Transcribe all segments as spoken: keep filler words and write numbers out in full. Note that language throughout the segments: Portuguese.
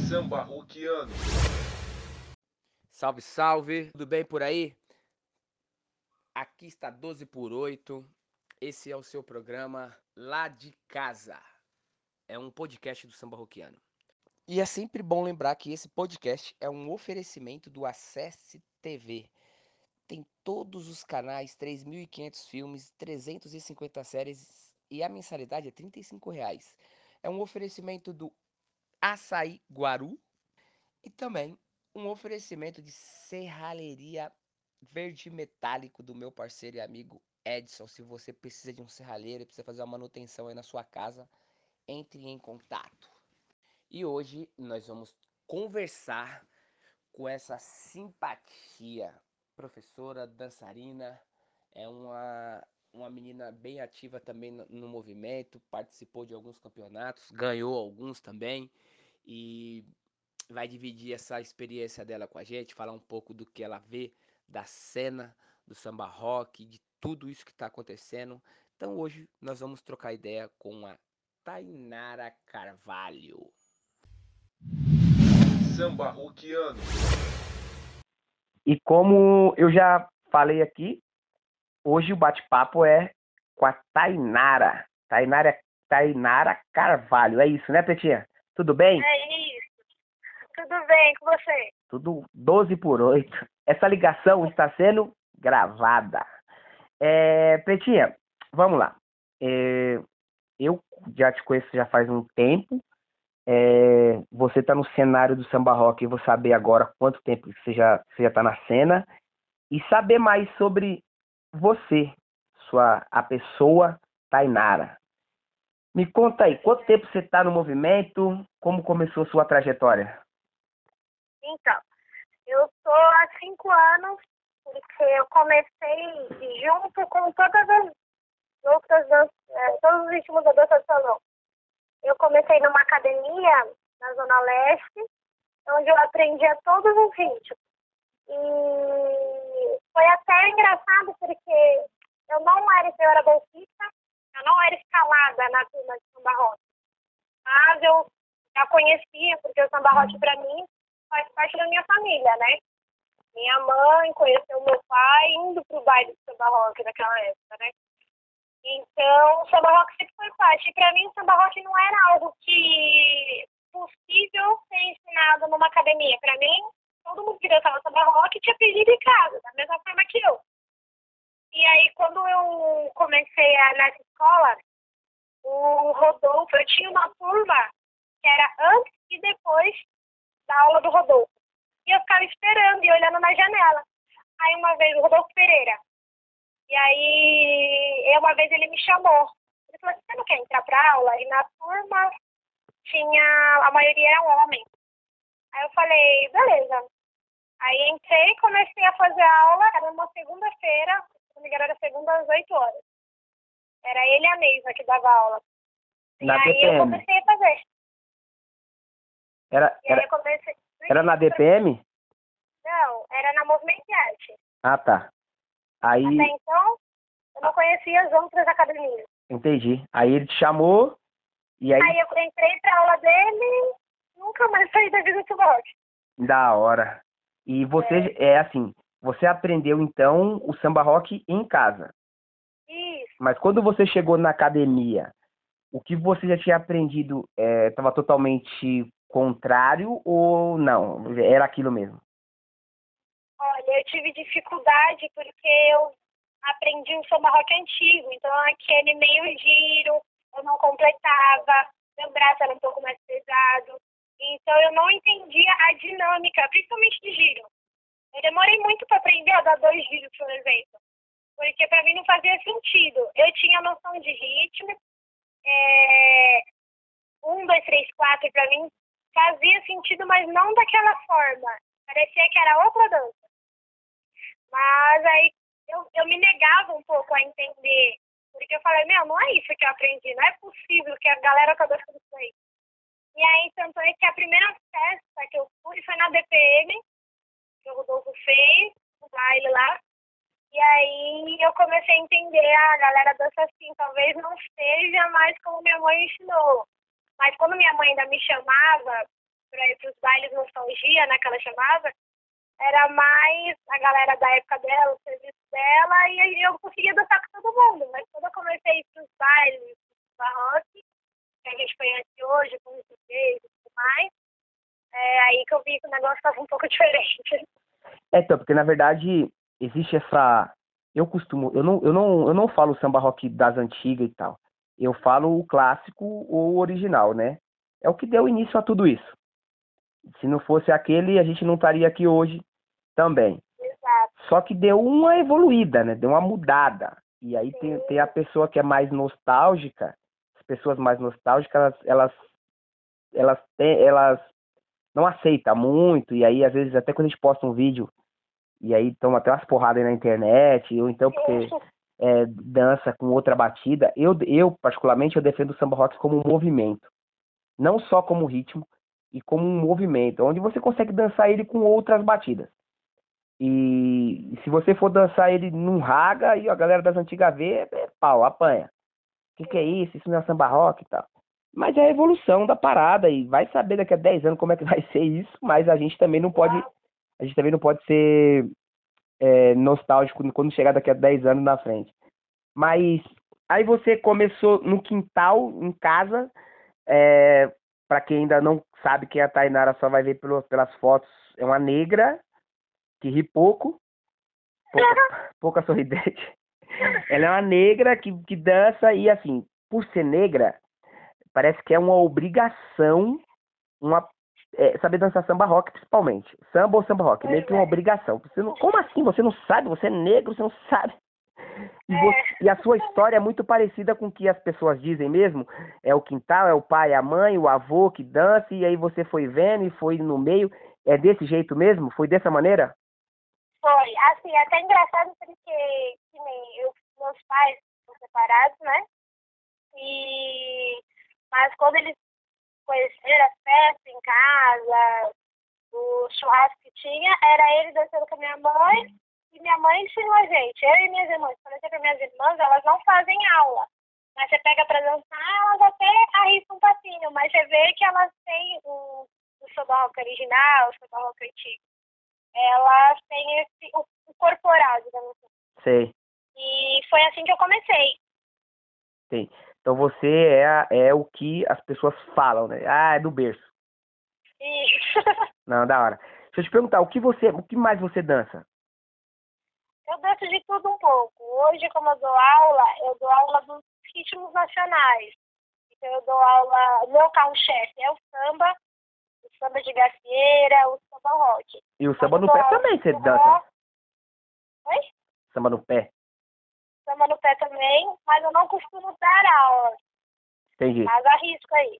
Samba roquiano. Salve, salve! Tudo bem por aí? Aqui está doze por oito. Esse é o seu programa Lá de Casa. É um podcast do Samba Roquiano. E é sempre bom lembrar que esse podcast é um oferecimento do Acesse T V. Tem todos os canais, três mil e quinhentos filmes, trezentas e cinquenta séries e a mensalidade é trinta e cinco reais. É um oferecimento do Açaí Guaru e também um oferecimento de serralheria verde metálico do meu parceiro e amigo Edson. Se você precisa de um serralheiro e precisa fazer uma manutenção aí na sua casa, entre em contato. E hoje nós vamos conversar com essa simpatia, professora, dançarina, é uma, uma menina bem ativa também no, no movimento, participou de alguns campeonatos, ganhou alguns também e vai dividir essa experiência dela com a gente, falar um pouco do que ela vê da cena do samba rock, de tudo isso que está acontecendo. Então hoje nós vamos trocar ideia com a Tainara Carvalho. Samba roquiano. E como eu já falei aqui, hoje o bate-papo é com a Tainara. Tainara, Tainara Carvalho. É isso, né, Pretinha? Tudo bem? É isso. Tudo bem com você? Tudo doze por oito. Essa ligação está sendo gravada. É, Pretinha, vamos lá. É, eu já te conheço já faz um tempo. É, você está no cenário do samba rock. Eu vou saber agora quanto tempo você já você já está na cena. E saber mais sobre você, sua, a pessoa Tainara. Me conta aí, quanto tempo você está no movimento? Como começou sua trajetória? Então, eu estou há cinco anos, porque eu comecei junto com todas as outras danças, é, todos os ritmos da dança de salão. Eu comecei numa academia na Zona Leste, onde eu aprendia todos os ritmos. E foi até engraçado porque eu não era, eu era bolsista, eu não era escalada na turma de samba rock. Mas eu já conhecia, porque o samba rock para mim faz parte da minha família, né? Minha mãe conheceu meu pai indo pro baile de samba rock naquela época, né? Então, o samba rock sempre foi parte. E para mim, o samba rock não era algo que possível ser ensinado numa academia. Para mim, todo mundo que dançava samba rock tinha aprendido em casa, da mesma forma que eu. E aí, quando eu comecei a, nessa escola, o Rodolfo, eu tinha uma turma que era antes e depois da aula do Rodolfo. E eu ficava esperando e olhando na janela. Aí, uma vez, o Rodolfo Pereira. E aí, uma vez ele me chamou. Ele falou assim, você não quer entrar pra aula? E na turma, tinha, a maioria era homem. Aí eu falei, beleza. Aí entrei e comecei a fazer aula, era uma segunda-feira, se não me engano era segunda às oito horas. Era ele e a Neisa que dava aula. Na e aí D P M. eu comecei a fazer. Era, E aí era, eu comecei... era na D P M? Não, era na Movimento e Arte. Ah, tá. Aí, Até então, eu não conhecia as outras academias. entendi. Aí ele te chamou e aí... Aí eu entrei pra aula dele e nunca mais saí da vida do rock. Da hora. E você, é. é assim, você aprendeu então o samba rock em casa. Isso. Mas quando você chegou na academia, o que você já tinha aprendido estava totalmente contrário ou não? Era aquilo mesmo? Olha, eu tive dificuldade porque eu aprendi um samba rock antigo, então aquele meio giro, eu não completava, meu braço era um pouco mais pesado, então eu não entendia a dinâmica, principalmente de giro. Eu demorei muito para aprender a dar dois giros, por exemplo, porque para mim não fazia sentido. Eu tinha noção de ritmo, é... um, dois, três, quatro, para mim fazia sentido, mas não daquela forma. Parecia que era outra dança. Mas aí eu, eu me negava um pouco a entender. Porque eu falei, meu, não é isso que eu aprendi. Não é possível que a galera tá dançando isso aí. E aí, tanto é que a primeira festa que eu fui foi na D P M, que o Rodolfo fez, o baile lá. E aí eu comecei a entender, ah, a galera dança assim, talvez não seja mais como minha mãe ensinou. Mas quando minha mãe ainda me chamava para ir pros bailes nostalgia, né, que ela chamava, era mais a galera da época dela, o serviço dela, e aí eu conseguia dançar com todo mundo. Mas quando eu comecei a ir pros bailes, barroque, que a gente conhece hoje, com os D Js e tudo mais, é aí que eu vi que o negócio estava um pouco diferente. É, então, porque na verdade existe essa. Eu costumo. Eu não, eu não, eu não falo samba rock das antigas e tal. Eu falo o clássico ou o original, né? É o que deu início a tudo isso. Se não fosse aquele, a gente não estaria aqui hoje também. Exato. Só que deu uma evoluída, né? Deu uma mudada. E aí tem, Sim. tem a pessoa que é mais nostálgica. As pessoas mais nostálgicas, elas, elas, elas, têm, elas não aceitam muito. E aí, às vezes, até quando a gente posta um vídeo, e aí toma até umas porradas aí na internet, ou então porque é, dança com outra batida. Eu, eu, particularmente, eu defendo o samba rock como um movimento. Não só como ritmo, e como um movimento, onde você consegue dançar ele com outras batidas. E se você for dançar ele num raga, e a galera das antigas vê, é pau, apanha. O que, que é isso? Isso não é samba rock e tal. Mas é a evolução da parada, e vai saber daqui a dez anos como é que vai ser isso, mas a gente também não pode, a gente também não pode ser é, nostálgico quando chegar daqui a dez anos na frente. Mas aí você começou no quintal, em casa, é, para quem ainda não sabe quem é a Tainara, só vai ver pelo, pelas fotos, é uma negra que ri pouco, pouca, pouca sorridente. Ela é uma negra que, que dança e, assim, por ser negra, parece que é uma obrigação uma, é, saber dançar samba rock, principalmente. Samba ou samba rock, meio que uma obrigação. Você não, como assim? Você não sabe? Você é negro, você não sabe? E, você, e a sua história é muito parecida com o que as pessoas dizem mesmo. É o quintal, é o pai, a mãe, o avô que dança, e aí você foi vendo e foi no meio. É desse jeito mesmo? Foi dessa maneira? Foi. Assim, é até engraçado porque que nem eu, meus pais são separados, né? E... Mas quando eles conheceram a festa em casa, o churrasco que tinha, era ele dançando com a minha mãe, e minha mãe ensinou a gente, eu e minhas irmãs. Quando eu sei que minhas irmãs, elas não fazem aula. Mas você pega pra dançar, elas até arriscam um passinho, mas você vê que elas têm o, o samba rock original, o samba rock antigo. Elas têm esse, o, o corporal, digamos assim. Sei. E foi assim que eu comecei. Sim. Então você é, a- é o que as pessoas falam, né? Ah, é do berço. Isso. Não, da hora. Deixa eu te perguntar, o que você, o que mais você dança? Eu danço de tudo um pouco. Hoje, como eu dou aula, eu dou aula dos ritmos nacionais. Então, eu dou aula, o meu carro-chefe é o samba, o samba de gafieira, o samba rock. E o Mas samba eu no dou pé aula também de você forró. dança? Oi? Samba no pé? Samba no pé também, mas eu não costumo dar aula. Entendi. Mas arrisco aí.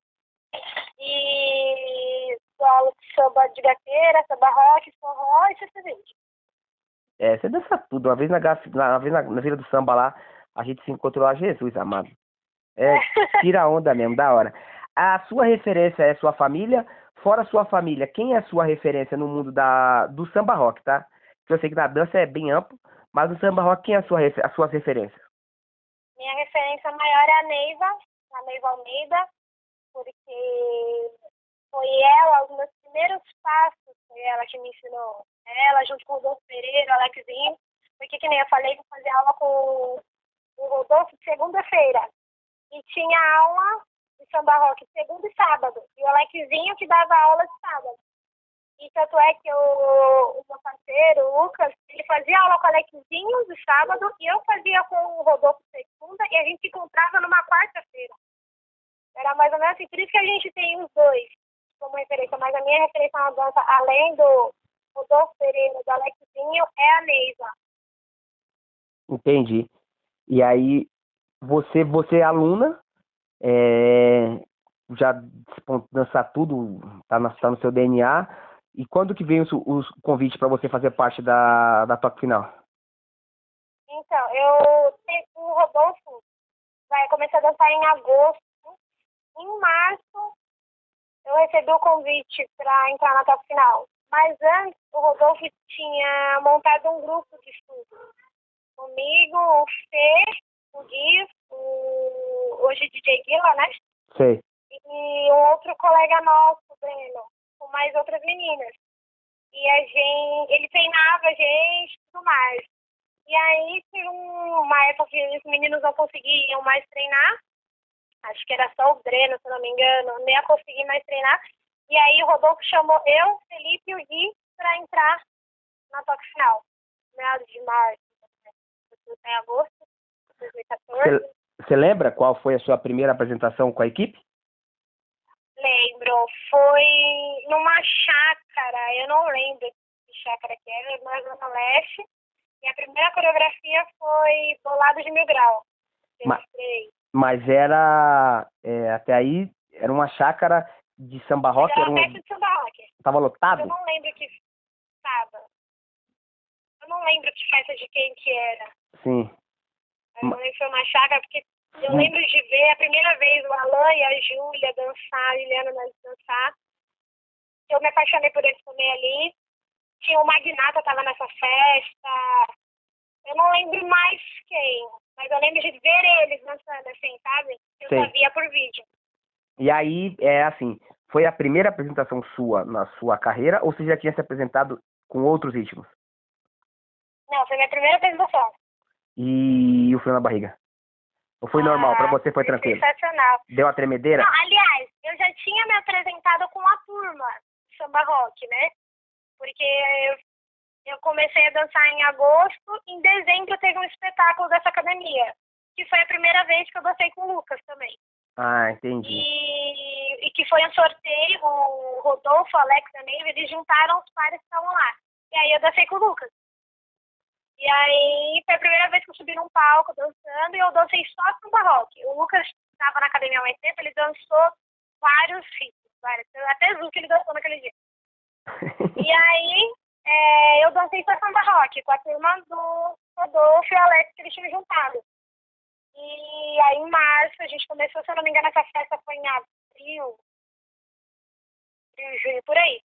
E dou aula de samba de gafieira, samba rock, forró e sertanejo. É, você dança tudo. Uma vez na, gaf- na, uma vez na, na Vila do Samba lá, a gente se encontrou lá, Jesus amado. É, tira a onda mesmo, da hora. A sua referência é sua família? Fora a sua família, quem é a sua referência no mundo da, do samba rock, tá? Que eu sei que na dança é bem amplo, mas no samba rock, quem é a sua, refe- as suas referências? Minha referência maior é a Neiva, a Neiva Almeida, porque foi ela, os meus primeiros passos, foi ela que me ensinou. Ela, junto com o Rodolfo Pereira, o Alexinho, porque que nem eu falei, que eu fazia aula com o Rodolfo de segunda-feira. E tinha aula de samba rock segunda e sábado. E o Alexinho que dava aula de sábado. E tanto é que o, o meu parceiro, o Lucas, ele fazia aula com o Alexinho de sábado e eu fazia com o Rodolfo de segunda e a gente se encontrava numa quarta-feira. Era mais ou menos assim, por isso que a gente tem os dois como referência, mas a minha referência na dança, além do Rodolfo Pereira e do Alexinho, é a Neiva. Entendi. E aí, você, você é aluna, é, já pô, dançar tudo, tá, na, tá no seu D N A. E quando que vem os, os convites para você fazer parte da, da Toque Final? Então, eu o Rodolfo vai começar a dançar em agosto. Em março, eu recebi o convite para entrar na Top Final. Mas antes, o Rodolfo tinha montado um grupo de estudo. Comigo, o Fê, o Gui, o hoje D J Guila, né? Sei. E um outro colega nosso, o Breno. com mais outras meninas. E a gente, ele treinava a gente e tudo mais. E aí, teve um- uma época que os meninos não conseguiam mais treinar. Acho que era só o Breno, se não me engano, nem ia conseguir mais treinar. E aí o Rodolfo chamou eu, Felipe e o Gui para entrar na toque final. Meados de março, em agosto de dois mil e quatorze. Você lembra qual foi a sua primeira apresentação com a equipe? Lembro, foi numa chácara, eu não lembro que chácara que era, mas na Zona Leste. E a primeira coreografia foi Bolado de Mil Grau. Eu Ma- mostrei. Mas era, é, até aí, era uma chácara de samba rock, Era era uma um, festa de samba rock. tava Eu lotado? não lembro que estava. Eu não lembro que festa de quem que era. Sim. Eu não lembro se foi uma chácara, porque eu Hum. lembro de ver a primeira vez o Alan e a Júlia dançar, a Liliana nós dançar. Eu me apaixonei por eles também ali. Tinha o Magnata, tava nessa festa. Eu não lembro mais quem, mas eu lembro de ver eles dançando assim, sabe? Eu Sei. só via por vídeo. E aí, é assim, foi a primeira apresentação sua na sua carreira ou você já tinha se apresentado com outros ritmos? Não, foi minha primeira apresentação. E o frio na barriga? Ou foi normal? Pra Ah, você foi tranquilo? Sensacional. Deu a tremedeira? Não, aliás, eu já tinha me apresentado com a turma de samba rock, né? Porque eu, eu comecei a dançar em agosto, em dezembro teve um espetáculo dessa academia, que foi a primeira vez que eu dancei com o Lucas também. Ah, entendi. E, e que foi um sorteio, o Rodolfo, o Alex também, eles juntaram os pares que estavam lá. E aí eu dancei com o Lucas. E aí foi a primeira vez que eu subi num palco dançando e eu dancei só samba rock. O Lucas estava na academia há mais tempo, ele dançou vários ritmos, vários. Até Zuc ele dançou naquele dia. E aí é, eu dancei só samba rock com a turma do Rodolfo e o Alex que eles tinham juntado. E aí em março a gente começou, se eu não me engano, essa festa foi em abril, abril, junho, por aí.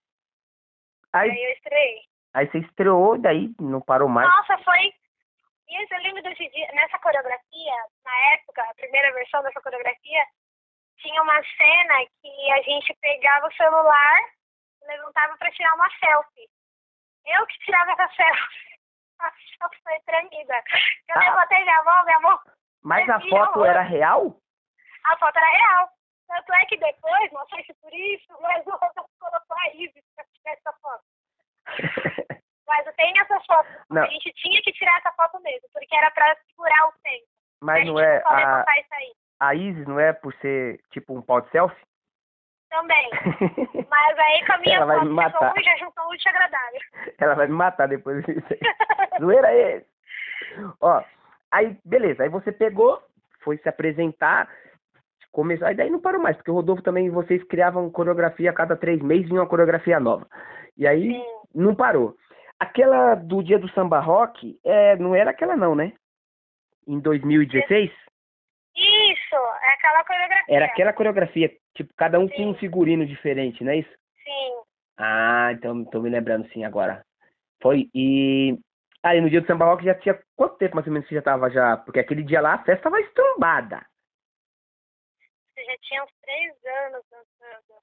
Aí, Aí eu estreiei. aí você estreou e daí não parou mais. Nossa, foi. Isso, eu lembro desse dia, nessa coreografia, na época, a primeira versão dessa coreografia, tinha uma cena que a gente pegava o celular e levantava pra tirar uma selfie. Eu que tirava essa selfie. A selfie foi tremida. Eu Ah. levantei minha mão, minha mão. Mas a Sim, foto eu- era real? A foto era real. Tanto é que depois, não sei se por isso, mas o Rodolfo colocou a Isis pra tirar essa foto. Mas eu tenho essa foto. Não. A gente tinha que tirar essa foto mesmo, porque era pra segurar o tempo. Mas a não gente é não pode a, levantar isso aí. a Isis não é por ser tipo um pau de selfie? Também. Mas aí com a minha Ela vai foto me matar. ficou já juntou útil e agradável. Ela vai me matar depois disso aí. Zoeira é esse. Ó, aí, beleza. Aí você pegou, foi se apresentar, começou. Aí daí não parou mais, porque o Rodolfo também, vocês criavam coreografia a cada três meses, vinha uma coreografia nova. E aí, Sim. não parou. Aquela do dia do samba rock, é, não era aquela não, né? Em dois mil e dezesseis? Isso, é aquela coreografia. Era aquela coreografia, tipo, cada um com Sim. um figurino diferente, não é isso? Sim. Ah, então tô me lembrando sim agora. Foi, e... Aí no dia do samba rock já tinha quanto tempo mais ou menos você já tava já? Porque aquele dia lá a festa tava estrumbada. Você já tinha uns três anos dançando.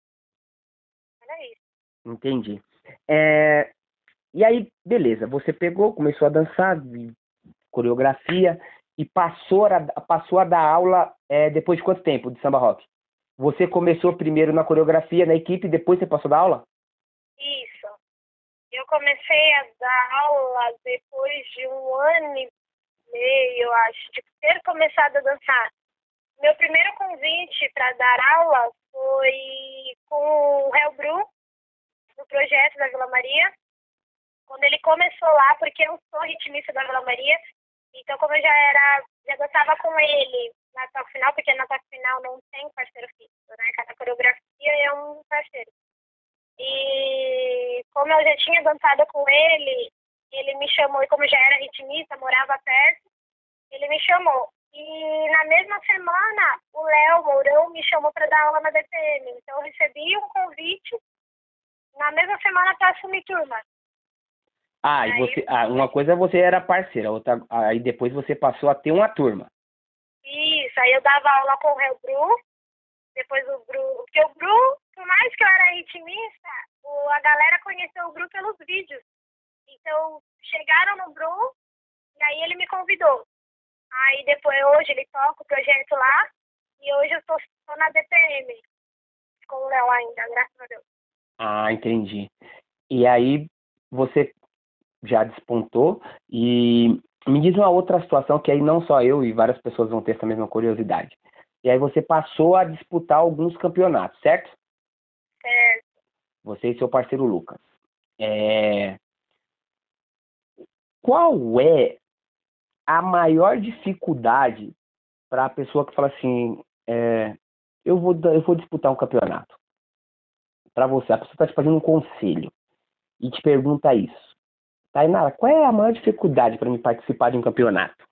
Era isso. Entendi. É, e aí, beleza, você pegou, começou a dançar, coreografia, e passou a, passou a dar aula é, depois de quanto tempo de samba rock? Você começou primeiro na coreografia, na equipe, e depois você passou a dar aula? Isso. Eu comecei a dar aula depois de um ano e meio, eu acho, de ter começado a dançar. Meu primeiro convite para dar aula foi com o Hel Bru, no projeto da Vila Maria, quando ele começou lá, porque eu sou ritmista da Vila Maria, então como eu já era, já dançava com ele na toque final, porque na toque final não tem parceiro fixo, né? Cada coreografia é um parceiro. E como eu já tinha dançado com ele, ele me chamou, e como eu já era ritmista, morava perto, ele me chamou. E na mesma semana, o Léo Mourão me chamou para dar aula na D P M. Então eu recebi um convite na mesma semana para assumir turma. Ah, e Aí- você, ah, uma coisa você era parceira, outra, aí depois você passou a ter uma turma. Isso, aí eu dava aula com o Hel Bru, depois o Bru, porque o Bru, por mais que eu era ritmista, o, a galera conheceu o Bru pelos vídeos. Então, chegaram no Bru e aí ele me convidou. Aí depois, hoje ele toca o projeto lá e hoje eu tô, tô na D P M com o Léo ainda, graças a Deus. Ah, entendi. E aí você já despontou e me diz uma outra situação que aí não só eu e várias pessoas vão ter essa mesma curiosidade. E aí você passou a disputar alguns campeonatos, certo? Certo. Você e seu parceiro Lucas. É... Qual é a maior dificuldade para a pessoa que fala assim, é, eu, vou, eu vou disputar um campeonato? Para você, a pessoa está te fazendo um conselho e te pergunta isso. Tainara, qual é a maior dificuldade para me participar de um campeonato?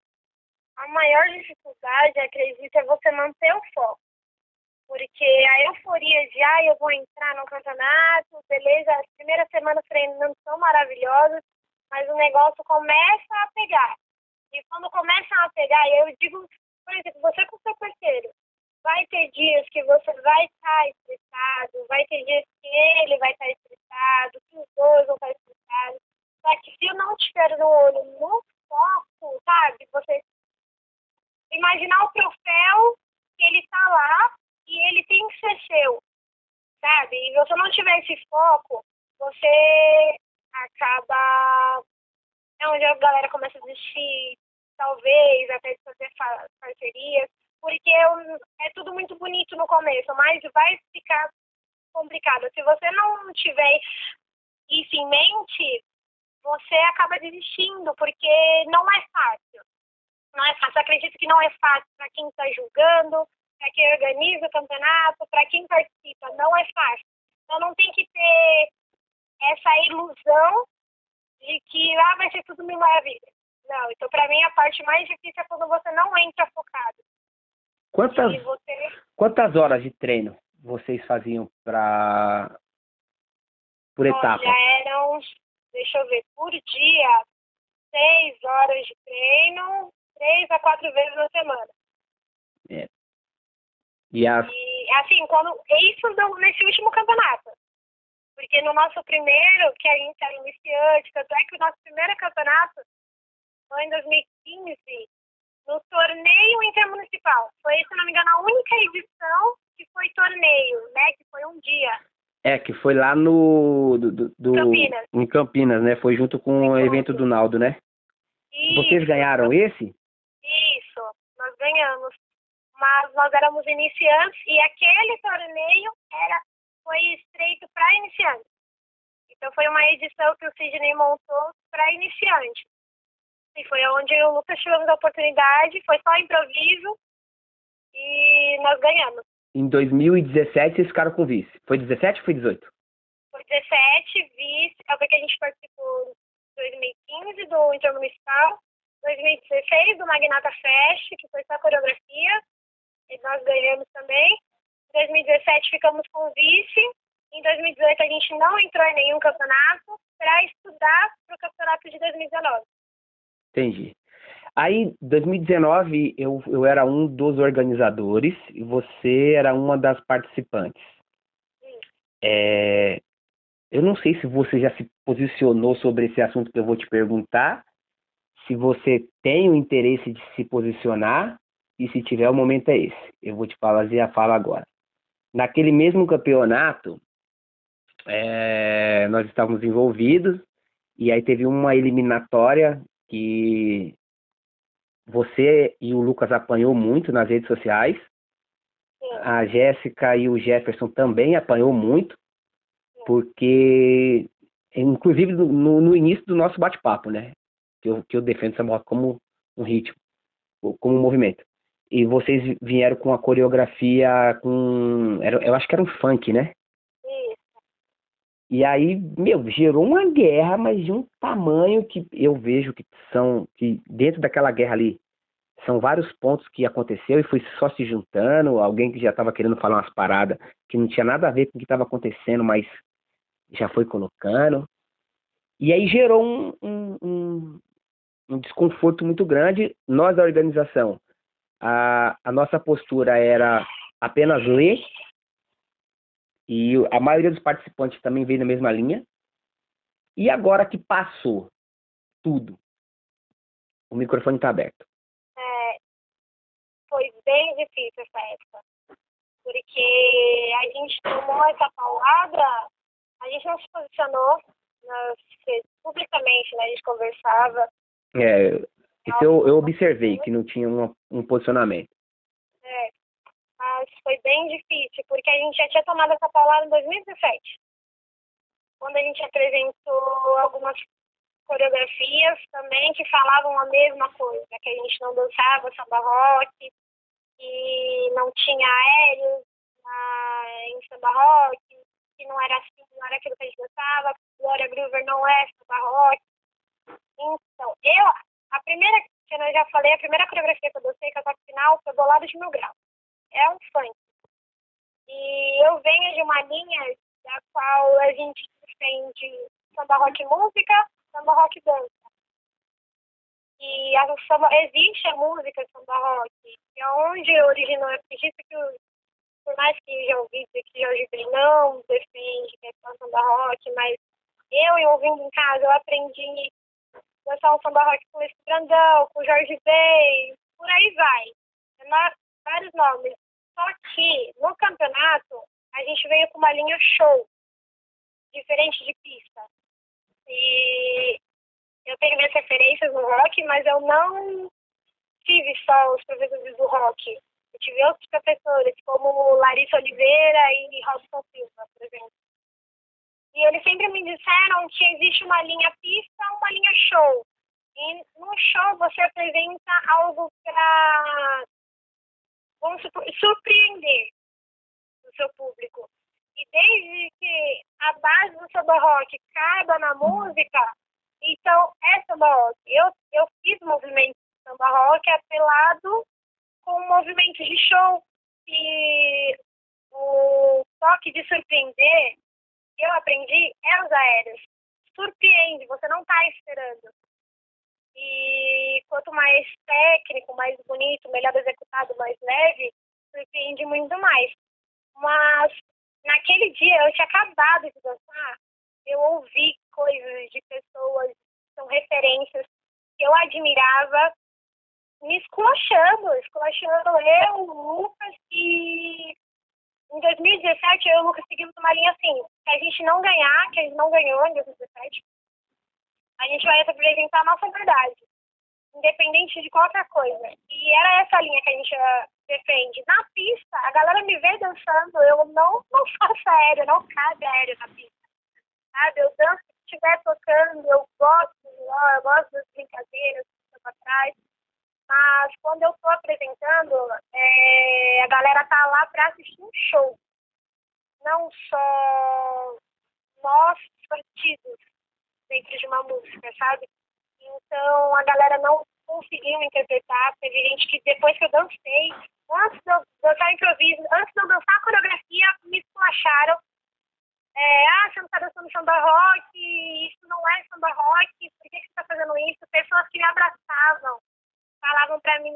A maior dificuldade, acredito, é você manter o foco. Porque a euforia de, ah, eu vou entrar no campeonato, beleza, as primeiras semanas treinando são maravilhosas, mas o negócio começa a pegar. E quando começam a pegar, eu digo, por exemplo, você com seu parceiro, vai ter dias que você vai estar estressado, vai ter dias que ele vai estar estressado, que os dois vão estar estressados. Só que se eu não tiver no olho no foco, sabe, você imaginar o troféu que ele está lá e ele tem que ser seu, sabe? E se você não tiver esse foco, você acaba... É onde a galera começa a desistir, talvez, até de fazer parcerias, porque é tudo muito bonito no começo, mas vai ficar complicado. Se você não tiver isso em mente, você acaba desistindo, porque não é fácil. Não é fácil. Eu acredito que não é fácil para quem está julgando, para quem organiza o campeonato, para quem participa. Não é fácil. Então não tem que ter essa ilusão de que ah, vai ser tudo mil maravilhas. Não, então para mim a parte mais difícil é quando você não entra focado. Quantas, você... quantas horas de treino vocês faziam para por etapa? Já eram, deixa eu ver, por dia, seis horas de treino, três a quatro vezes na semana. É. E, as... e assim, quando isso nesse último campeonato. Porque no nosso primeiro, que a gente era iniciante, tanto é que o nosso primeiro campeonato foi em dois mil e quinze, no torneio intermunicipal. Foi, se não me engano, a única edição que foi torneio, né? Que foi um dia. É, que foi lá no... Do, do, do, Campinas. Em Campinas, né? Foi junto com o evento do Naldo, né? Isso. Vocês ganharam esse? Isso, nós ganhamos. Mas nós éramos iniciantes e aquele torneio era, foi estreito para iniciantes. Então foi uma edição que o Sidney montou para iniciantes. E foi onde o Lucas tivemos a oportunidade, foi só improviso e nós ganhamos. Em dois mil e dezessete vocês ficaram com vice. Foi dezessete ou foi dezoito? Foi dezessete, vice, é que a gente participou em dois mil e quinze do Intermunicipal, dois mil e dezesseis do Magnata Fest, que foi só coreografia, e nós ganhamos também. Em dois mil e dezessete ficamos com vice, em dois mil e dezoito a gente não entrou em nenhum campeonato para estudar para o campeonato de dois mil e dezenove. Entendi. Aí, dois mil e dezenove, eu, eu era um dos organizadores e você era uma das participantes. É, eu não sei se você já se posicionou sobre esse assunto que eu vou te perguntar, se você tem o interesse de se posicionar e se tiver, o momento é esse. Eu vou te fazer a fala agora. Naquele mesmo campeonato, é, nós estávamos envolvidos e aí teve uma eliminatória que você e o Lucas apanhou muito nas redes sociais. Sim. A Jéssica e o Jefferson também apanhou muito, porque, inclusive no, no início do nosso bate-papo, né? Que eu, que eu defendo essa moto como um ritmo, como um movimento. E vocês vieram com a coreografia com... Era, eu acho que era um funk, né? Isso. E aí, meu, gerou uma guerra, mas de um tamanho que eu vejo que são, que dentro daquela guerra ali, são vários pontos que aconteceu e foi só se juntando, alguém que já estava querendo falar umas paradas que não tinha nada a ver com o que estava acontecendo, mas já foi colocando. E aí gerou um, um, um, um desconforto muito grande. Nós, da organização, a, a nossa postura era apenas ler E a maioria dos participantes também veio na mesma linha. E agora que passou tudo, o microfone está aberto. É, foi bem difícil essa época. Porque a gente tomou essa paulada, a gente não se posicionou nas, publicamente, né? A gente conversava. É, isso eu, eu observei, que não tinha um, um posicionamento. É, mas foi bem difícil, porque a gente já tinha tomado essa paulada em dois mil e dezessete. Quando a gente apresentou algumas coreografias também que falavam a mesma coisa, que a gente não dançava samba rock, que não tinha aéreos na, em samba rock, que não era assim, não era aquilo que a gente dançava, Glória Groover não é samba rock. Então, eu, a primeira, que eu já falei, a primeira coreografia que eu dancei, que é a toque final, foi Bolado de Mil Grau. É um funk. E eu venho de uma linha da qual a gente defende samba rock música, samba rock dança. E a samba, existe a música samba rock, que é onde originou, eu acredito que, por mais que já ouvi dizer que Jorge Ben não defende que é só samba rock, mas eu, eu ouvindo em casa, eu aprendi a dançar um samba rock com esse Brandão, com Jorge Ben, por aí vai. É vários nomes. Só que, no campeonato, a gente veio com uma linha show, diferente de pista. E eu tenho minhas referências no rock, mas eu não tive só os professores do rock. Eu tive outros professores, como Larissa Oliveira e Robson Silva, por exemplo. E eles sempre me disseram que existe uma linha pista, uma linha show. E no show você apresenta algo para, vamos supor, surpreender o seu público. E desde que a base do samba rock caiba na música, então é samba rock. Eu, eu fiz movimento de samba rock apelado com movimentos de show. E o toque de surpreender que eu aprendi é os aéreos. Surpreende, você não está esperando. E quanto mais técnico, mais bonito, melhor executado, mais leve, surpreende muito mais. Mas naquele dia eu tinha acabado de dançar, eu ouvi coisas de pessoas que são referências que eu admirava, me esculachando, esculachando eu, o Lucas, e em dois mil e dezessete eu e o Lucas seguimos uma linha assim, se a gente não ganhar, que a gente não ganhou em dois mil e dezessete, a gente vai apresentar a nossa verdade, independente de qualquer coisa. E era essa linha que a gente uh, defende. Na pista, a galera me vê dançando, eu não, não faço aéreo, não cabe aéreo na pista. Sabe? Eu danço se estiver tocando, eu gosto, eu gosto das brincadeiras que estão atrás. Mas quando eu estou apresentando, é, a galera tá lá para assistir um show. Não só nós partidos dentro de uma música, sabe? Então a galera não conseguiu interpretar. Teve gente que depois que eu dancei, antes de eu dançar improviso, antes de eu dançar a coreografia, me esculacharam. É, ah, você não está dançando samba rock, isso não é samba rock, por que você está fazendo isso? Pessoas que me abraçavam, falavam para mim,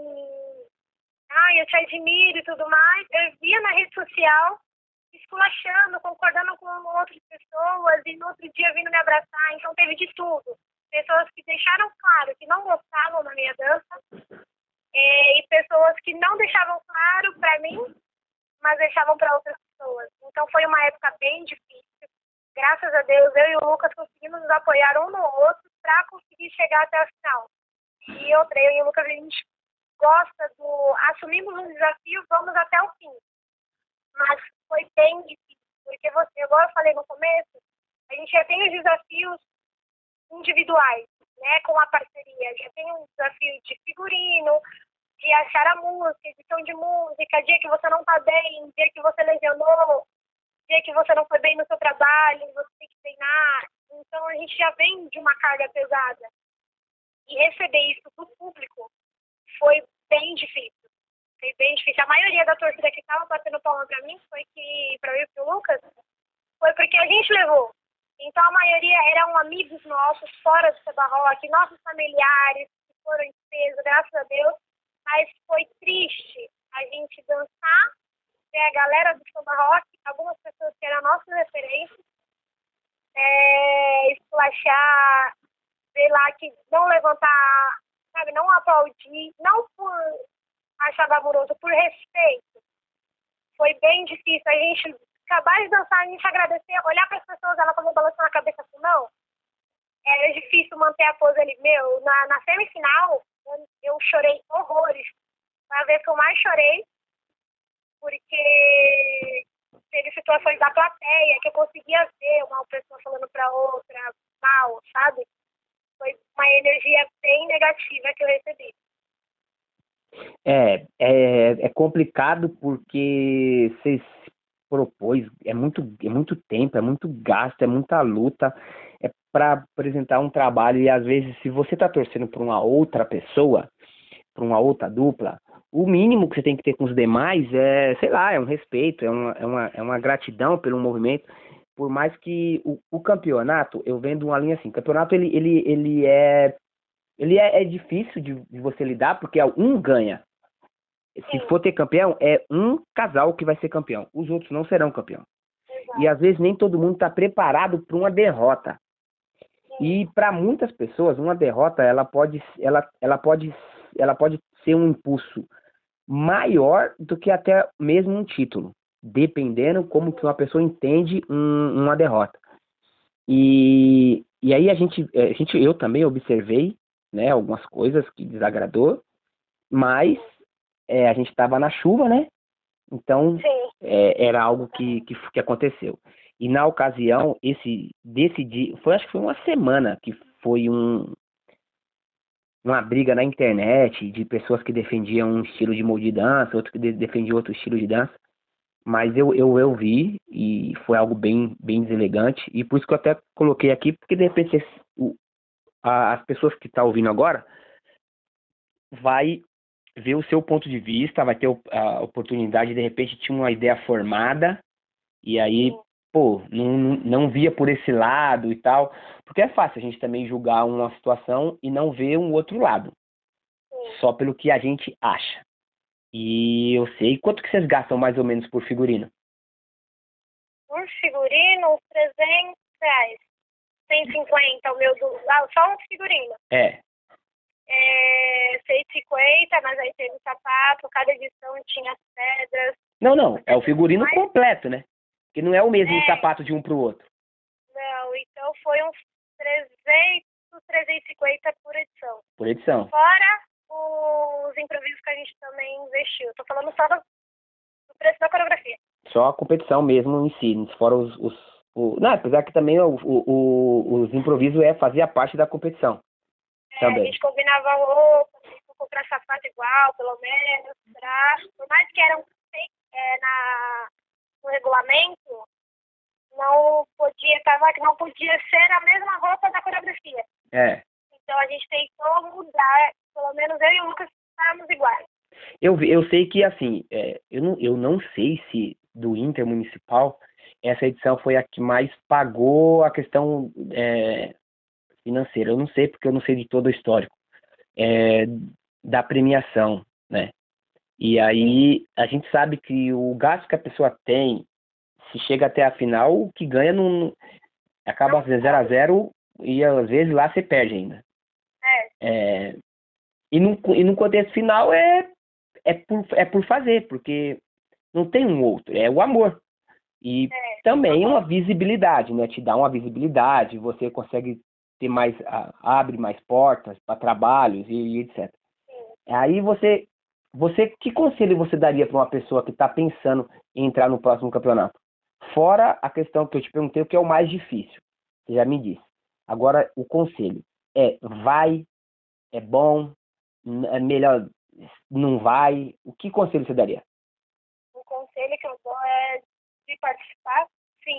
ah, eu te admiro e tudo mais. Eu via na rede social, esculachando, concordando com outras pessoas, e no outro dia vindo me abraçar. Então teve de tudo. Pessoas que deixaram claro que não gostavam da minha dança, e, e pessoas que não deixavam claro para mim, mas deixavam para outras pessoas. Então foi uma época bem difícil. Graças a Deus, eu e o Lucas conseguimos nos apoiar um no outro para conseguir chegar até a final. E outra, eu e o Lucas, a gente gosta do... Assumimos um desafio, vamos até o fim. Mas foi bem difícil, porque você, igual eu falei no começo, a gente já tem os desafios individuais, né, com a parceria. Já tem um desafio de figurino, de achar a música, edição de música, dia que você não tá bem, dia que você lesionou, dia que você não foi bem no seu trabalho, você tem que treinar. Então a gente já vem de uma carga pesada. E receber isso do público foi bem difícil. Foi bem difícil. A maioria da torcida que estava batendo palma pra mim foi que, pra eu e pro Lucas, foi porque a gente levou. Então a maioria eram amigos nossos, fora do samba rock, nossos familiares, que foram em peso, graças a Deus. Mas foi triste a gente dançar, ver a galera do samba rock, algumas pessoas que eram nossas referências, é, esculachar, ver lá que não levantar, sabe, não aplaudir, não por achar glamouroso, por respeito. Foi bem difícil a gente acabar de dançar, a gente agradecer, olhar para as pessoas, ela tava balançando a cabeça assim, não. Era difícil manter a pose ali. Meu, na, na semifinal, eu, eu chorei horrores. Foi a vez que eu mais chorei, porque teve situações da plateia que eu conseguia ver uma pessoa falando para outra mal, sabe? Foi uma energia bem negativa que eu recebi. É, é, é complicado porque você se propôs, é muito, é muito tempo, é muito gasto, é muita luta, é para apresentar um trabalho e às vezes se você está torcendo por uma outra pessoa, por uma outra dupla, o mínimo que você tem que ter com os demais é, sei lá, é um respeito, é uma, é uma, é uma gratidão pelo movimento, por mais que o, o campeonato, eu vendo uma linha assim, o campeonato ele, ele, ele é ele é, é difícil de, de você lidar, porque um ganha. Se Sim. for ter campeão, é um casal que vai ser campeão. Os outros não serão campeão. Exato. E às vezes nem todo mundo está preparado para uma derrota. E para muitas pessoas, uma derrota ela pode, ela, ela, pode, ela pode ser um impulso maior do que até mesmo um título, dependendo como que uma pessoa entende um, uma derrota. E, e aí a gente, a gente, eu também observei, né, algumas coisas que desagradou, mas é, a gente estava na chuva, né? Então é, era algo que, que, que aconteceu. E na ocasião, esse desse dia, foi, acho que foi uma semana que foi um, uma briga na internet de pessoas que defendiam um estilo de molde de dança, outro que de, defendia outro estilo de dança. Mas eu, eu, eu vi e foi algo bem, bem deselegante. E por isso que eu até coloquei aqui, porque de repente o, a, as pessoas que estão ouvindo agora vai ver o seu ponto de vista, vai ter a oportunidade de, de repente, tinha uma ideia formada, e aí, pô, não, não, não via por esse lado e tal, porque é fácil a gente também julgar uma situação e não ver um outro lado, só pelo que a gente acha. E eu sei, quanto que vocês gastam mais ou menos por figurino? Por figurino, trezentos reais. cento e cinquenta o meu do... Ah, só um figurino. É. É, cento e cinquenta, mas aí teve sapato, cada edição tinha as pedras. Não, não, é o figurino completo, né? Que não é o mesmo É. sapato de um pro outro. Não, então foi uns trezentos, trezentos e cinquenta por edição. Por edição. Fora os improvisos que a gente também investiu. Tô falando só do, do preço da coreografia. Só a competição mesmo em si, fora os... os o, não, apesar que também o, o, o, os improvisos é, fazia parte da competição. É, a gente combinava roupa, comprar sapato igual, pelo menos, pra, por mais que eram é, na, no regulamento, não podia, tava, não podia ser a mesma roupa da coreografia. É. Então a gente tentou mudar, pelo menos eu e o Lucas estávamos iguais. Eu, eu sei que, assim, é, eu, não, eu não sei se do Intermunicipal essa edição foi a que mais pagou a questão é, financeira. Eu não sei, porque eu não sei de todo o histórico é, da premiação, né? E aí a gente sabe que o gasto que a pessoa tem, se chega até a final, o que ganha não acaba zero a zero e às vezes lá você perde ainda. É. É, e, no, e no contexto final é, é, por, é por fazer, porque não tem um outro, é o amor. E É. também uma visibilidade, né? Te dá uma visibilidade, você consegue ter mais, abre mais portas para trabalhos e, e etcétera. Sim. Aí você, você, que conselho você daria para uma pessoa que está pensando em entrar no próximo campeonato? Fora a questão que eu te perguntei, o que é o mais difícil, você já me disse. Agora, o conselho é vai, é bom, é melhor, não vai. O que conselho você daria? O conselho que eu dou é de participar, sim,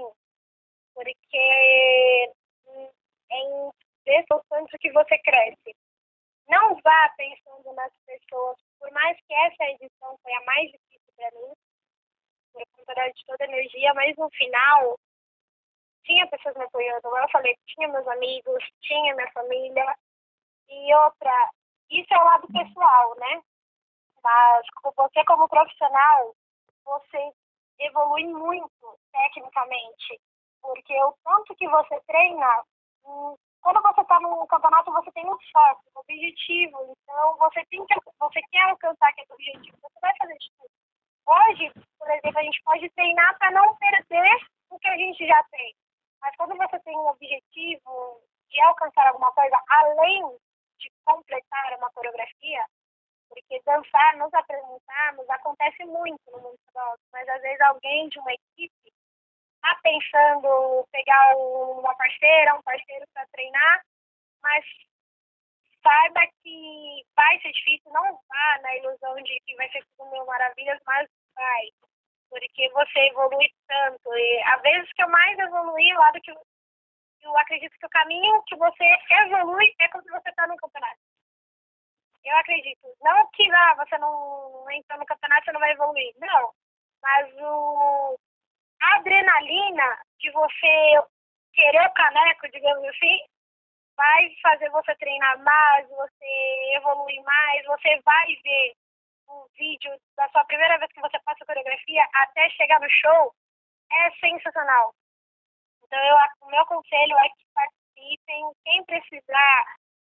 porque em ver tanto que você cresce. Não vá pensando nas pessoas, por mais que essa edição foi a mais difícil para mim, por conta de toda a energia, mas no final tinha pessoas me apoiando. Como eu falei, tinha meus amigos, tinha minha família. E outra, isso é o lado pessoal, né? Mas você como profissional, você evolui muito tecnicamente, porque o tanto que você treina, hum, quando você está no campeonato, você tem um foco, um objetivo, então você tem que, você quer alcançar aquele objetivo, você vai fazer de tudo. Hoje, por exemplo, a gente pode treinar para não perder o que a gente já tem, mas quando você tem um objetivo de alcançar alguma coisa além de completar uma coreografia, porque dançar, nos apresentarmos, acontece muito no mundo nosso, mas às vezes alguém de uma equipe está pensando pegar uma parceira, um parceiro para treinar, mas saiba que vai ser difícil, não vá na ilusão de que vai ser tudo mil maravilhas, mas vai, porque você evolui tanto, e às vezes que eu mais evoluí, lá do que eu, eu acredito que o caminho que você evolui é quando você está no campeonato. Eu acredito. Não que ah, você não entrou no campeonato, você não vai evoluir. Não. Mas o, a adrenalina de você querer o caneco, digamos assim, vai fazer você treinar mais, você evoluir mais, você vai ver um vídeo da sua primeira vez que você passa a coreografia até chegar no show, é sensacional. Então, eu, o meu conselho é que participem, quem precisar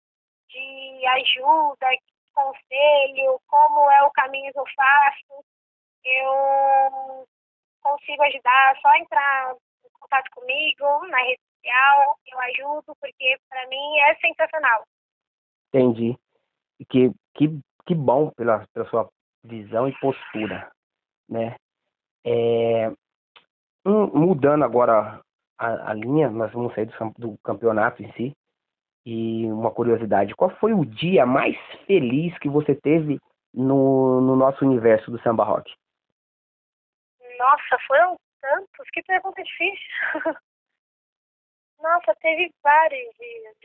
de ajuda, conselho, como é o caminho que eu faço, eu consigo ajudar, é só entrar em contato comigo na rede social, eu ajudo, porque para mim é sensacional. Entendi. Que, que, que bom pela, pela sua visão e postura, né? É, um, mudando agora a, a linha, nós vamos sair do, do campeonato em si. E uma curiosidade, qual foi o dia mais feliz que você teve no, no nosso universo do samba rock? Nossa, foram tantos, que pergunta difícil. Nossa, teve vários dias.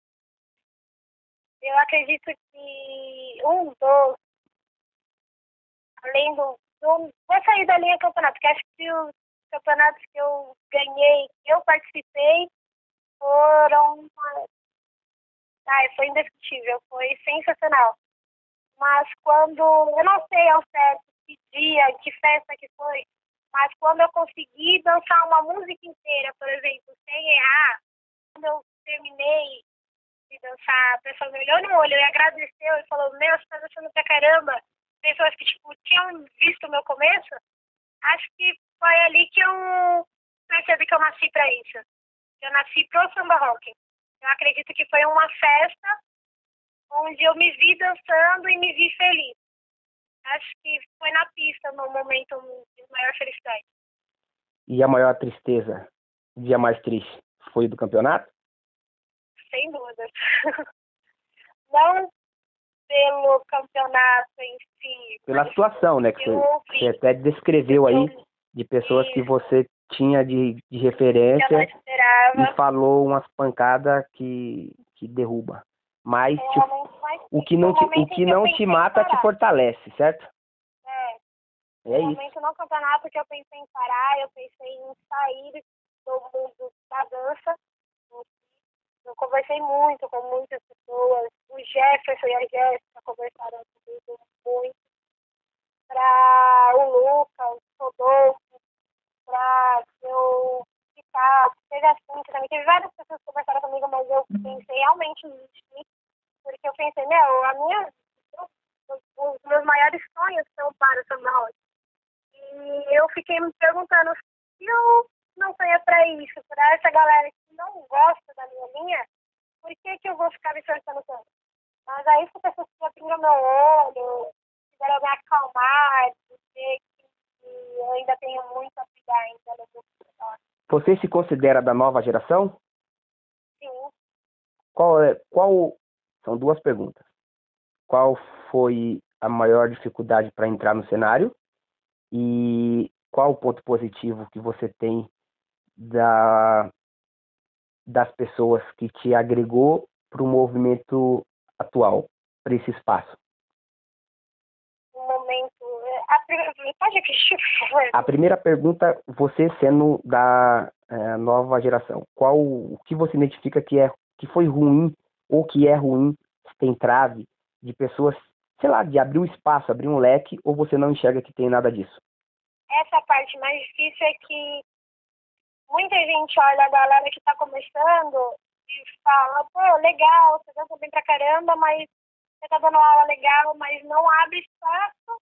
Eu acredito que um dos, além do, do vou sair da linha campeonato, porque acho que os campeonatos que eu ganhei, que eu participei, foram, ai, foi indescritível, foi sensacional. Mas quando, eu não sei ao certo que dia, que festa que foi, mas quando eu consegui dançar uma música inteira, por exemplo, sem errar, quando eu terminei de dançar, a pessoa me olhou no olho e agradeceu e falou, meu, você tá dançando pra caramba. Pessoas que, tipo, tinham visto o meu começo, acho que foi ali que eu percebi que eu nasci pra isso. Eu nasci pro samba rock. Eu acredito que foi uma festa onde eu me vi dançando e me vi feliz. Acho que foi na pista, no momento de maior felicidade. E a maior tristeza, o dia mais triste, foi do campeonato? Sem dúvidas. Não pelo campeonato em si. Pela situação, né? Que você, você até descreveu aí de pessoas que você tinha de, de referência e falou umas pancadas que, que derruba. Mas te, o que não te, o que não te mata te fortalece, certo? É. É no isso. momento no campeonato que eu pensei em parar, eu pensei em sair do mundo da dança. Eu conversei muito com muitas pessoas. O Jefferson e a Jéssica conversaram comigo muito. Para o Lucas, o Rodolfo, para eu ficar. Teve a Cintia também. Teve várias pessoas que conversaram comigo, mas eu pensei realmente em desistir. Porque eu pensei, meu, a minha, os meus maiores sonhos são para o samba rock. E eu fiquei me perguntando se eu não sonhei para isso, para essa galera que não gosta da minha linha, por que que eu vou ficar me esforçando tanto? Mas aí as pessoas que abriram meu olho, quiseram me acalmar, dizer que eu ainda tenho muito a pegar ainda no grupo. Você se considera da nova geração? Sim. Qual é, qual, são duas perguntas. Qual foi a maior dificuldade para entrar no cenário? E qual o ponto positivo que você tem da, das pessoas que te agregou para o movimento atual, para esse espaço? No momento... A primeira, pode repetir, por favor? A primeira pergunta, você sendo da é, nova geração, qual o que você identifica que, é, que foi ruim ou que é ruim, se tem trave de pessoas, sei lá, de abrir um espaço, abrir um leque, ou você não enxerga que tem nada disso? essa parte mais difícil é que muita gente olha a galera que tá começando e fala, pô, legal, você dança bem pra caramba, mas você tá dando aula legal, mas não abre espaço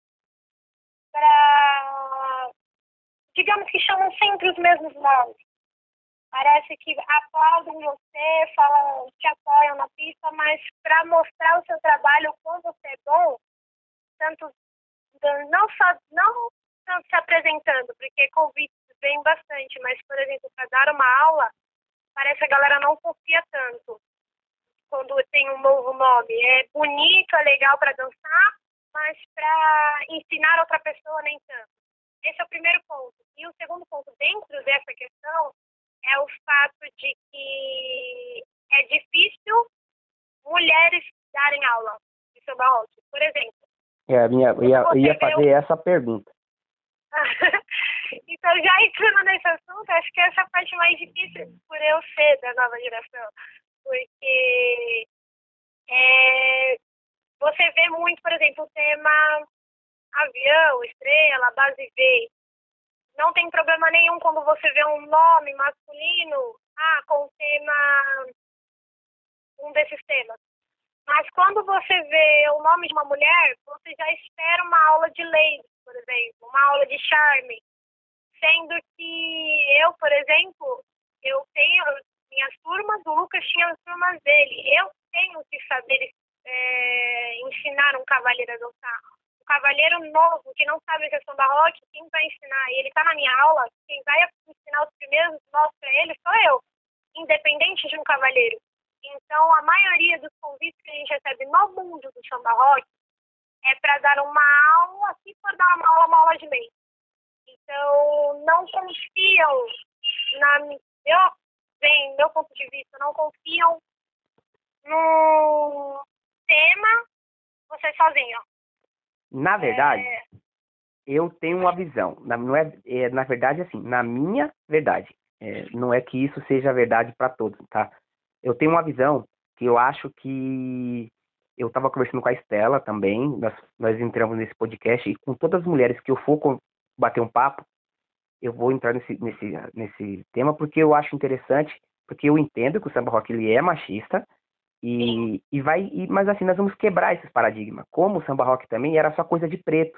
pra, digamos que chamam sempre os mesmos nomes. Parece que aplaudem você, falam, te apoiam na pista, mas para mostrar o seu trabalho, o quanto você é bom, tanto não só não tanto se apresentando, porque convites vem bastante, mas, por exemplo, para dar uma aula, parece que a galera não confia tanto quando tem um novo nome. É bonito, é legal para dançar, mas para ensinar outra pessoa nem tanto. Esse é o primeiro ponto. E o segundo ponto, dentro dessa questão, é o fato de que é difícil mulheres darem aula de samba rock. Por exemplo. É, a minha, eu ia, ia fazer eu... essa pergunta. Então, já entrando nesse assunto, acho que essa é a parte mais difícil por eu ser da nova geração. Porque é, você vê muito, por exemplo, o tema avião, estrela, base V. Não tem problema nenhum quando você vê um nome masculino ah, com o tema, um desses temas. Mas quando você vê o nome de uma mulher, você já espera uma aula de ladies, por exemplo, uma aula de charme. Sendo que eu, por exemplo, eu tenho minhas turmas, o Lucas tinha as turmas dele. Eu tenho que saber é, ensinar um cavalheiro a dançar. Um cavalheiro novo, que não sabe a questão da rock, quem vai ensinar? E ele está na minha aula, quem vai ensinar os primeiros nós para ele sou eu, independente de um cavalheiro. Então, a maioria dos convites que a gente recebe no mundo do samba rock é para dar uma aula, se for dar uma aula, uma aula de meio. Então, não confiam, na eu, bem, meu ponto de vista, não confiam no tema você sozinho. Na verdade, é... eu tenho uma visão. Na, não é, é, na verdade, assim, na minha verdade. É, não é que isso seja verdade para todos, tá? Eu tenho uma visão que eu acho que... Eu estava conversando com a Estela também, nós, nós entramos nesse podcast, e com todas as mulheres que eu for com, bater um papo, eu vou entrar nesse, nesse, nesse tema, porque eu acho interessante, porque eu entendo que o samba rock ele é machista, e, e vai, e, mas assim, nós vamos quebrar esses paradigmas. Como o samba rock também era só coisa de preto.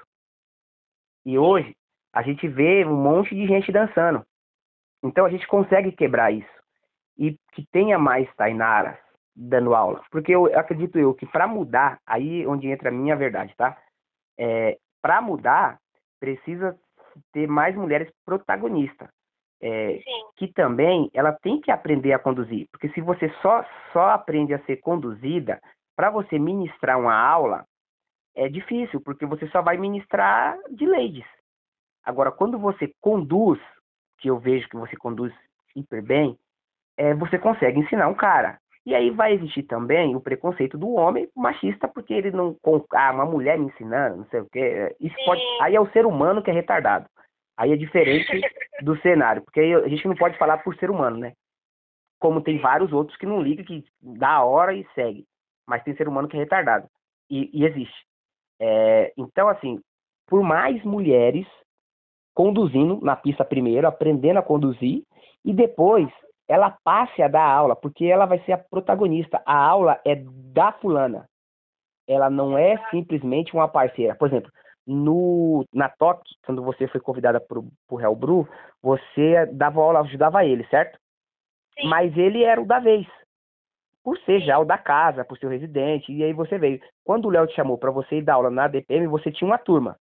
E hoje, a gente vê um monte de gente dançando. Então, a gente consegue quebrar isso. E que tenha mais Tainaras dando aula. Porque eu acredito eu que para mudar, aí onde entra a minha verdade, tá? É, para mudar, precisa ter mais mulheres protagonistas. É, que também ela tem que aprender a conduzir. Porque se você só, só aprende a ser conduzida, para você ministrar uma aula, é difícil, porque você só vai ministrar de ladies. Agora, quando você conduz, que eu vejo que você conduz hiper bem, é, você consegue ensinar um cara. E aí vai existir também o preconceito do homem machista, porque ele não... Ah, uma mulher me ensinando, não sei o quê. Isso pode, aí é o ser humano que é retardado. Aí é diferente do cenário, porque aí a gente não pode falar por ser humano, né? Como tem vários outros que não ligam, que dá a hora e segue. Mas tem ser humano que é retardado. E, e existe. É, então, assim, por mais mulheres conduzindo na pista primeiro, aprendendo a conduzir, e depois ela passe a dar aula, porque ela vai ser a protagonista. A aula é da fulana. Ela não é simplesmente uma parceira. Por exemplo, no, na T O C, quando você foi convidada para o Hellbrew, você dava aula, ajudava ele, certo? Sim. Mas ele era o da vez. Por ser já o da casa, por ser o residente, e aí você veio. Quando o Léo te chamou para você ir dar aula na A D P M, você tinha uma turma.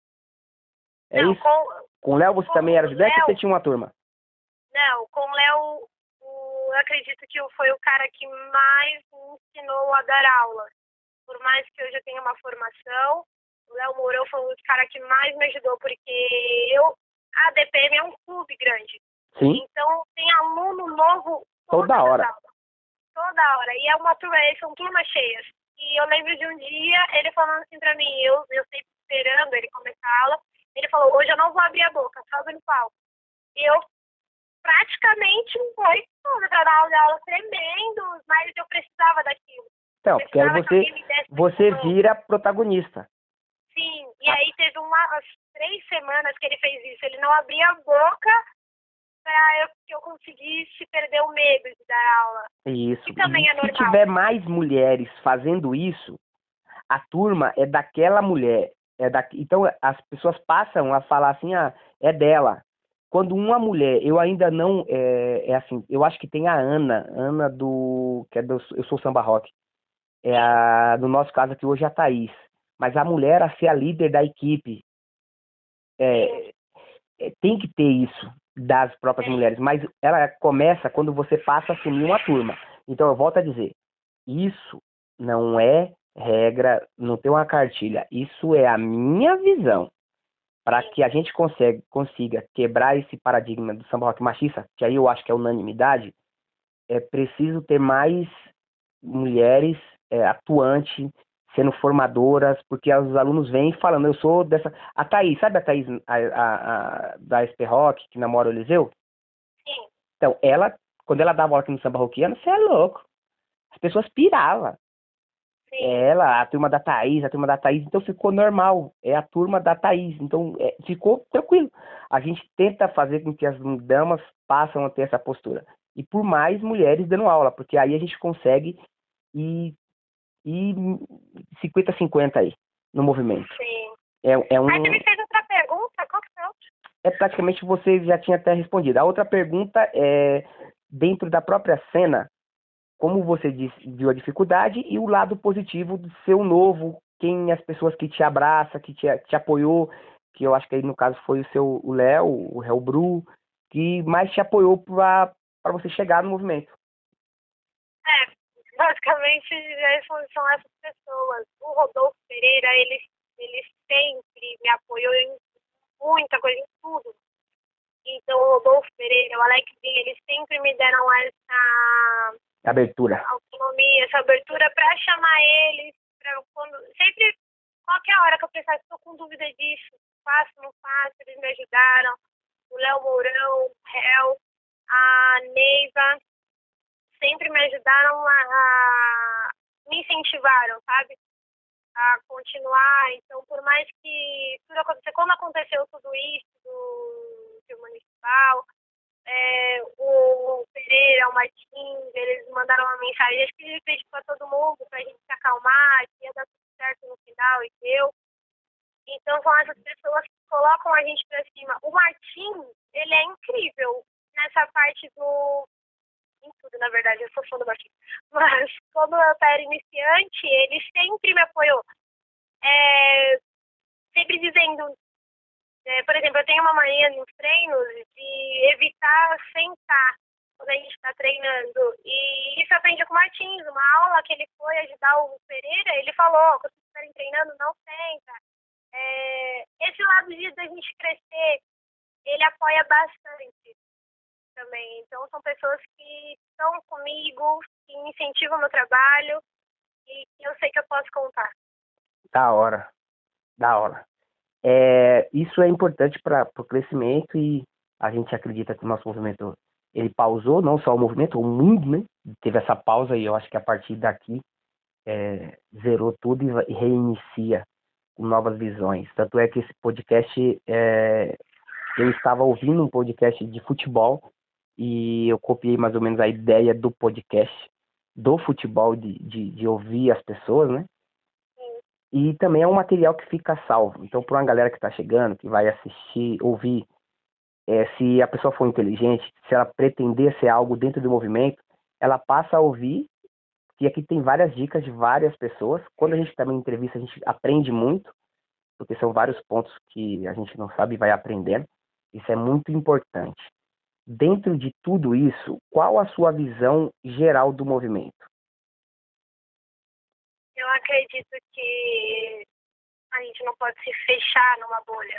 É não, isso? Com, com o Léo você também era ajudante ou você tinha uma turma? Não, com o Léo, eu acredito que foi o cara que mais me ensinou a dar aula. Por mais que eu já tenha uma formação, o Léo Mourão foi o cara que mais me ajudou, porque eu, a A D P M é um clube grande. Sim. Então tem aluno novo toda hora. Toda hora. E é uma turma, são turmas cheias. E eu lembro de um dia ele falando assim pra mim, eu, eu sempre esperando ele começar a aula, ele falou, hoje eu não vou abrir a boca, sobe no palco. E eu praticamente foi toda pra dar aula de aula tremendo, mas eu precisava daquilo. Então, porque aí você, você vira protagonista. Sim, e aí teve uma, três semanas que ele fez isso. Ele não abria a boca para que eu conseguisse perder o medo de dar aula. Isso. E também E é se normal. tiver mais mulheres fazendo isso, a turma é daquela mulher. É da... Então as pessoas passam a falar assim, ah, é dela. Quando uma mulher, eu ainda não, é, é assim, eu acho que tem a Ana, Ana do, que é do, eu sou samba rock, é a, no nosso caso aqui hoje é a Thaís, mas a mulher a ser a líder da equipe, é, é, tem que ter isso das próprias mulheres, mas ela começa quando você passa a assumir uma turma. Então eu volto a dizer, isso não é regra, não tem uma cartilha, isso é a minha visão. Para que a gente consiga, consiga quebrar esse paradigma do samba rock machista, que aí eu acho que é unanimidade, é preciso ter mais mulheres é, atuantes, sendo formadoras, porque os alunos vêm falando, eu sou dessa... A Thaís, sabe a Thaís a, a, a, da S P Rock, que namora o Eliseu? Sim. Então, ela, quando ela dava aula aqui no samba rockiano, você é louco. As pessoas piravam. Sim. Ela, a turma da Thaís, a turma da Thaís, então ficou normal, é a turma da Thaís, então é, ficou tranquilo. A gente tenta fazer com que as damas passem a ter essa postura. E por mais mulheres dando aula, porque aí a gente consegue ir, ir cinquenta a cinquenta aí, no movimento. Sim. É, é um... Aí você me fez outra pergunta, qual que foi? É praticamente você já tinha até respondido. A outra pergunta é, dentro da própria cena, como você disse, viu a dificuldade e o lado positivo de ser o novo, quem as pessoas que te abraçam, que te, te apoiou, que eu acho que aí no caso foi o seu o Léo, o Réu Bru, que mais te apoiou para você chegar no movimento. É, basicamente são, são essas pessoas. O Rodolfo Pereira, ele, ele sempre me apoiou em muita coisa, em tudo. Então o Rodolfo Pereira, o Alex Vinha, eles sempre me deram essa Abertura. autonomia, essa abertura para chamar eles, pra quando, sempre, qualquer hora que eu precisasse, estou com dúvida disso, faço, não faço, eles me ajudaram. O Léo Mourão, o Réu, a Neiva, sempre me ajudaram a, a me incentivaram, sabe? A continuar. Então, por mais que tudo aconteceu, como aconteceu tudo isso do, do municipal, é, o Pereira, o Martins, eles mandaram uma mensagem, acho que eles pediram para todo mundo, para a gente se acalmar, que ia dar tudo certo no final, e deu. Então, são essas pessoas que colocam a gente para cima. O Martins, ele é incrível nessa parte do... em tudo, na verdade, eu sou fã do Martins. Mas, como eu era iniciante, ele sempre me apoiou. É, sempre dizendo... É, por exemplo, eu tenho uma mania nos treinos de evitar sentar quando a gente está treinando. E isso eu aprendi com o Martins. Uma aula que ele foi ajudar o Pereira, ele falou, quando vocês estiverem treinando, não senta. É, esse lado de da gente crescer, ele apoia bastante também. Então, são pessoas que estão comigo, que me incentivam no trabalho e que eu sei que eu posso contar. Da hora. Da hora. É, isso é importante para o crescimento e a gente acredita que o nosso movimento ele pausou, não só o movimento, o mundo, né? Teve essa pausa e eu acho que a partir daqui é, zerou tudo e reinicia com novas visões. Tanto é que esse podcast, é, eu estava ouvindo um podcast de futebol e eu copiei mais ou menos a ideia do podcast do futebol, de, de, de ouvir as pessoas, né? E também é um material que fica salvo. Então, para uma galera que está chegando, que vai assistir, ouvir, é, se a pessoa for inteligente, se ela pretender ser algo dentro do movimento, ela passa a ouvir, e aqui tem várias dicas de várias pessoas. Quando a gente também entrevista, a gente aprende muito, porque são vários pontos que a gente não sabe e vai aprendendo. Isso é muito importante. Dentro de tudo isso, qual a sua visão geral do movimento? Eu acredito que a gente não pode se fechar numa bolha.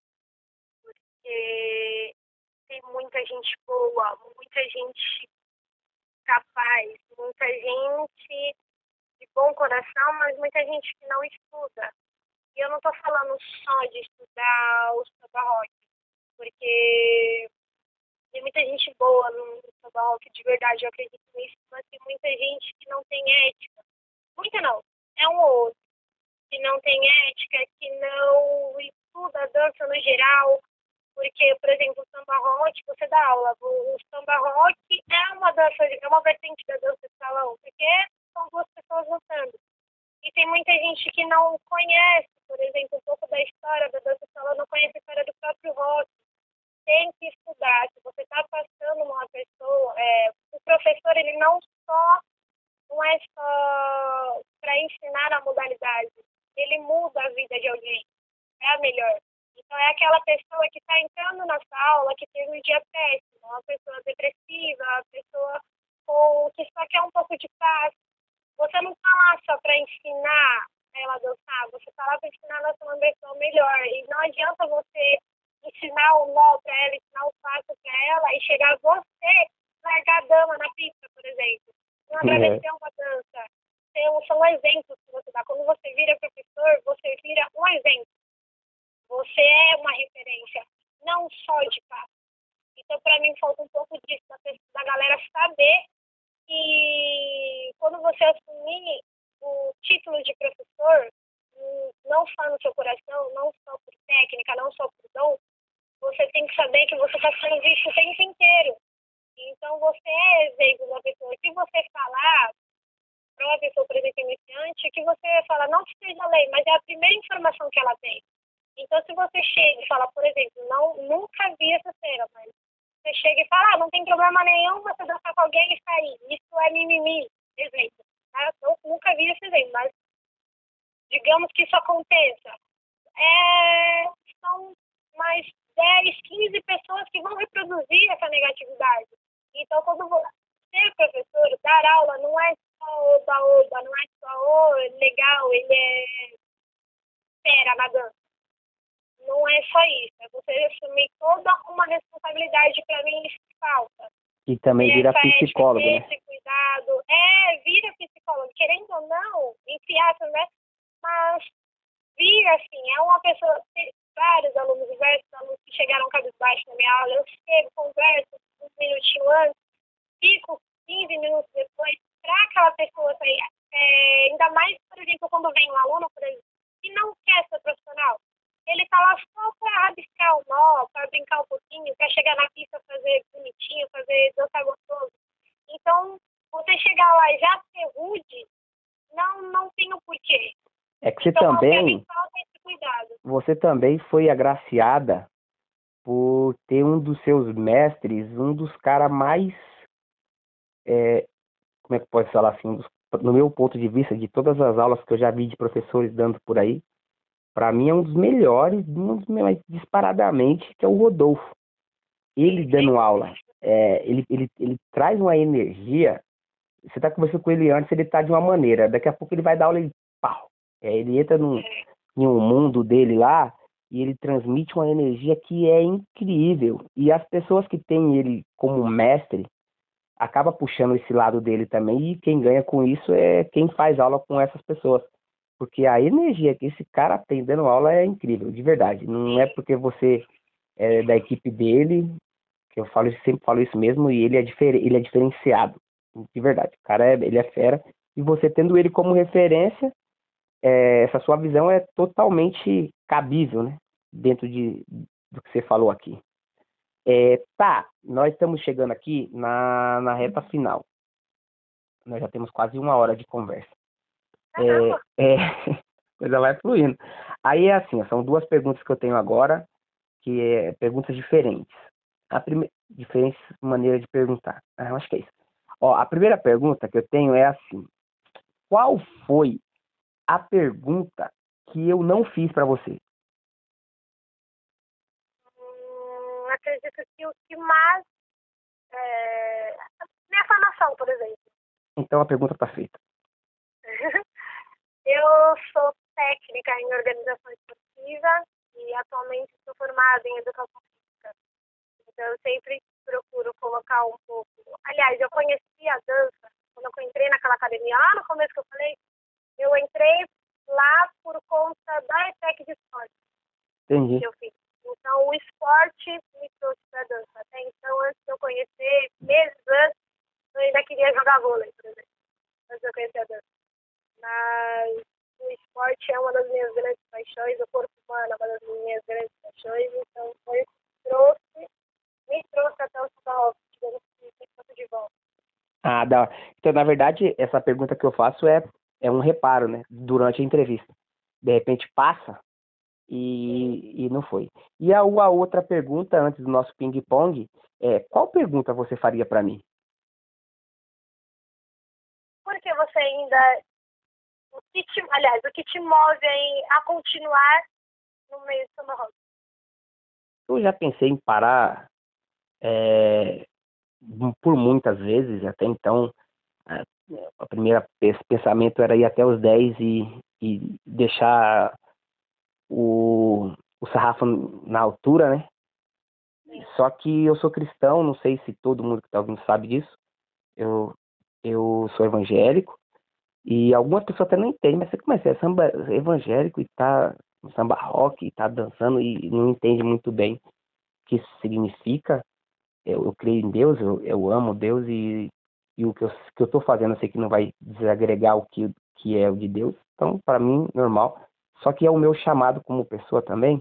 Porque tem muita gente boa, muita gente capaz, muita gente de bom coração, mas muita gente que não estuda. E eu não estou falando só de estudar o samba rock, porque tem muita gente boa no samba rock, de verdade, eu acredito nisso, mas tem muita gente que não tem ética. Muita não, é um ou outro, que não tem ética, que não estuda a dança no geral, porque, por exemplo, o samba rock, você dá aula, o samba rock é uma dança, é uma vertente da dança de salão, porque são duas pessoas dançando. E tem muita gente que não conhece, por exemplo, um pouco da história da dança de salão, não conhece a história do próprio rock. Tem que estudar. Se você está passando uma pessoa, é, o professor, ele não só, não é só para ensinar a modalidade, ele muda a vida de alguém. É a melhor. Então, é aquela pessoa que está entrando na sala, que teve um dia péssimo, uma pessoa depressiva, uma pessoa com, que só quer um pouco de paz. Você não está lá só para ensinar ela a dançar, você está lá para ensinar ela a ser uma pessoa melhor. E não adianta você ensinar o nó para ela, ensinar o passo para ela e chegar você, largar a dama na pista, por exemplo. Não agradecer uma dança. Então, são exemplos que você dá. Quando você vira professor, você vira um exemplo. Você é uma referência, não só de passo. Então, para mim, falta um pouco disso, da, da galera saber que quando você assumir o título de professor, não só no seu coração, não só por técnica, não só por dom, você tem que saber que você está sendo visto o tempo inteiro. Então, você é exemplo da pessoa. O que você falar para uma pessoa, por exemplo, iniciante, que você fala, não que seja lei, mas é a primeira informação que ela tem. Então, se você chega e fala, por exemplo, não, nunca vi essa cena, mas você chega e fala, ah, não tem problema nenhum você dançar com alguém e sair. Isso é mimimi, exemplo. Tá? Eu nunca vi esse exemplo, mas digamos que isso aconteça. É, são mais dez, quinze pessoas que vão reproduzir essa negatividade. Então, quando você ser professor, dar aula, não é só oba-oba, não é só oh, legal, ele é fera na dança. Não é só isso, é você assumir toda uma responsabilidade, para mim isso falta. E também vira psicólogo, né? Esse cuidado, é, vira psicólogo, querendo ou não, enfiar, né? Mas vira assim, é uma pessoa, tem vários alunos, diversos alunos que chegaram cabisbaixo na minha aula, eu chego, converso um minutinho antes, fico quinze minutos depois, para aquela pessoa sair, é, ainda mais, por exemplo, quando vem um aluno, por exemplo, que não quer ser profissional. Ele tá lá só para rabiscar o nó, para brincar um pouquinho, para chegar na pista, fazer bonitinho, fazer dançar gostoso. Então, você chegar lá e já ser rude, não, não tem o porquê. É que você então, também, falta esse cuidado. Você também foi agraciada por ter um dos seus mestres, um dos caras mais, é, como é que pode falar assim, um dos, no meu ponto de vista, de todas as aulas que eu já vi de professores dando por aí, para mim é um dos melhores, um dos melhores, disparadamente, que é o Rodolfo. Ele dando aula, é, ele, ele, ele traz uma energia. Você está conversando com ele antes, ele está de uma maneira, daqui a pouco ele vai dar aula e pau. É, ele entra num, em um mundo dele lá e ele transmite uma energia que é incrível. E as pessoas que têm ele como mestre acaba puxando esse lado dele também, e quem ganha com isso é quem faz aula com essas pessoas. Porque a energia que esse cara tem dando aula é incrível, de verdade. Não é porque você é da equipe dele, que eu falo, sempre falo isso mesmo, e ele é, difer ele é diferenciado, de verdade. O cara é, ele é fera, e você tendo ele como referência, é, essa sua visão é totalmente cabível, né? Dentro de, do que você falou aqui. É, tá, nós estamos chegando aqui na, na reta final. Nós já temos quase uma hora de conversa. É, é, coisa vai fluindo. Aí é assim, são duas perguntas que eu tenho agora, que é perguntas diferentes. A primeira, diferentes maneiras de perguntar. Ah, eu acho que é isso. Ó, a primeira pergunta que eu tenho é assim: qual foi a pergunta que eu não fiz para você? Hum, acredito que o que mais é... minha formação, por exemplo. Então a pergunta está feita. Eu sou técnica em organização esportiva e atualmente sou formada em educação física. Então eu sempre procuro colocar um pouco... Aliás, eu conheci a dança quando eu entrei naquela academia, lá no começo que eu falei, eu entrei lá por conta da ETEC de esporte. Entendi. Que eu fiz. Então o esporte me trouxe para a dança. Até então, antes de eu conhecer, meses antes, eu ainda queria jogar vôlei, por exemplo, antes de eu conhecer a dança. Mas o esporte é uma das minhas grandes paixões, o corpo Humana, uma das minhas grandes paixões, então foi o que trouxe, me trouxe até o samba rock, digamos que me trouxe de volta. Ah, da hora. Então, na verdade, essa pergunta que eu faço é, é um reparo, né? Durante a entrevista. De repente passa e, e não foi. E a, a outra pergunta, antes do nosso ping-pong, é qual pergunta você faria para mim? Por que você ainda, o que te, aliás, o que te move em, a continuar no meio do samba rock? Eu já pensei em parar é, por muitas vezes, até então, a, a primeira esse pensamento era ir até os dez e, e deixar o, o sarrafo na altura, né? Só que eu sou cristão, não sei se todo mundo que está ouvindo sabe disso. Eu, eu sou evangélico e algumas pessoas até não entendem, mas você começa é samba evangélico e tá no samba rock e tá dançando e não entende muito bem o que isso significa. Eu, eu creio em Deus, eu, eu amo Deus e, e o que eu, que eu tô fazendo eu sei que não vai desagregar o que, que é o de Deus. Então, para mim, normal. Só que é o meu chamado como pessoa também,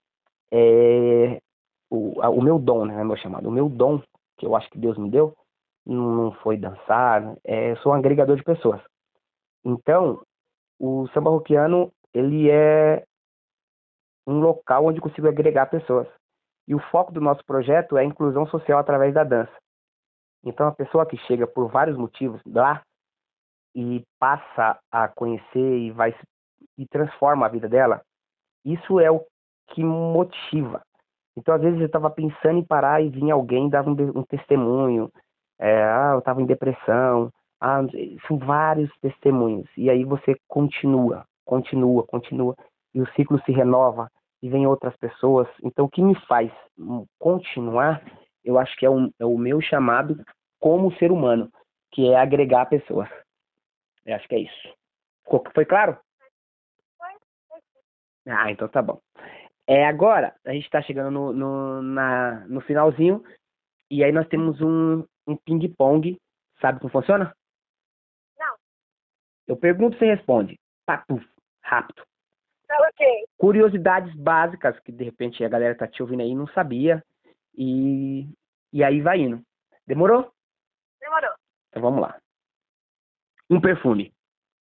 é o, a- o meu dom, né? Não é meu chamado. O meu dom, que eu acho que Deus me deu, não não foi dançar, né? É, eu sou um agregador de pessoas. Então, o samba roquiano, ele é um local onde eu consigo agregar pessoas. E o foco do nosso projeto é a inclusão social através da dança. Então, a pessoa que chega por vários motivos lá e passa a conhecer e vai se- e transforma a vida dela, isso é o que motiva. Então, às vezes, eu estava pensando em parar e vinha alguém, dava um, de- um testemunho. É, ah, eu estava em depressão. Ah, não sei, são vários testemunhos. E aí você continua, continua, continua. E o ciclo se renova e vem outras pessoas. Então, o que me faz hum, continuar, eu acho que é o, é o meu chamado como ser humano, que é agregar pessoas. Eu acho que é isso. Ficou- Foi claro? Foi, foi sim. Ah, então tá bom. É, agora, a gente está chegando no, no, na, no finalzinho, e aí nós temos um, um ping-pong. Sabe como funciona? Não, Eu pergunto, você responde. Papo, rápido. tá ok. Curiosidades básicas, que de repente a galera tá te ouvindo aí e não sabia, e, e aí vai indo. Demorou? Demorou. Então vamos lá. Um perfume.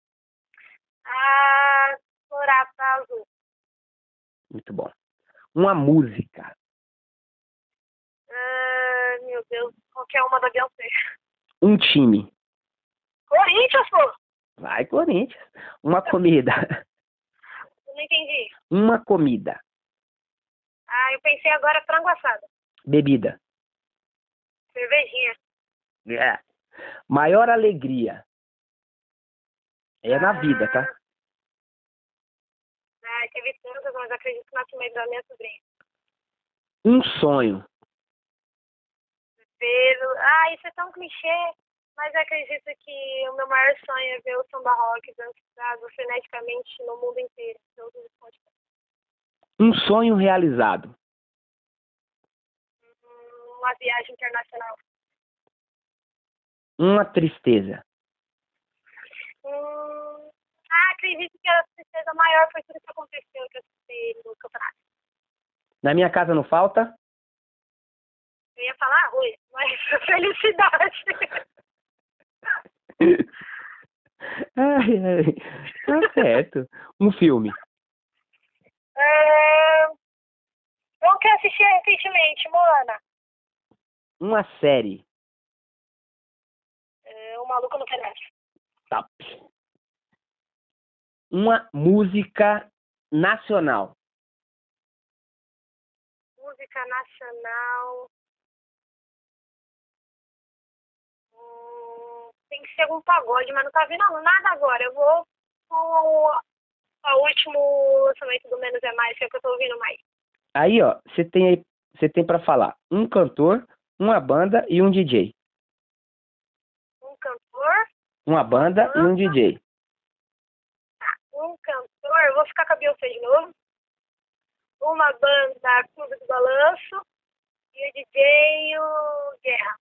A Florata Azul. Muito bom. Uma música. Ah, meu Deus, qualquer uma da Beyoncé. Um time. Corinthians, pô! Vai, Corinthians. Uma comida. Eu não entendi. Uma comida. Ah, eu pensei agora frango assado. Bebida. Cervejinha. É. Maior alegria. É na vida, tá? Ah, teve tantas, mas acredito que o nascimento da minha sobrinha. Um sonho. Pelo... Ah, isso é tão clichê, mas acredito que o meu maior sonho é ver o samba rock dançado freneticamente no mundo inteiro. em todos os continentes. Um sonho realizado. Hum, Uma viagem internacional. Uma tristeza. Hum... Ah, acredito que a tristeza maior foi tudo que aconteceu que eu assisti no campeonato. Na minha casa não falta. Eu ia falar ruim, mas felicidade. Ai, ai. Tá certo. Um filme. É... Eu que assisti recentemente, Moana. Uma série. É... O Maluco no Pedaço. Top. Uma música nacional. Música nacional. Hum, tem que ser algum pagode, mas não tá vindo nada agora. Eu vou com o, o último lançamento do Menos é Mais, que é o que eu tô ouvindo mais. Aí, ó, você tem aí, você tem para falar um cantor, uma banda e um D J. Um cantor, Uma banda e um D J. um cantor, eu vou ficar com a Beyoncé de novo. Uma banda, Clube do Balanço. E o D J, o Guerra.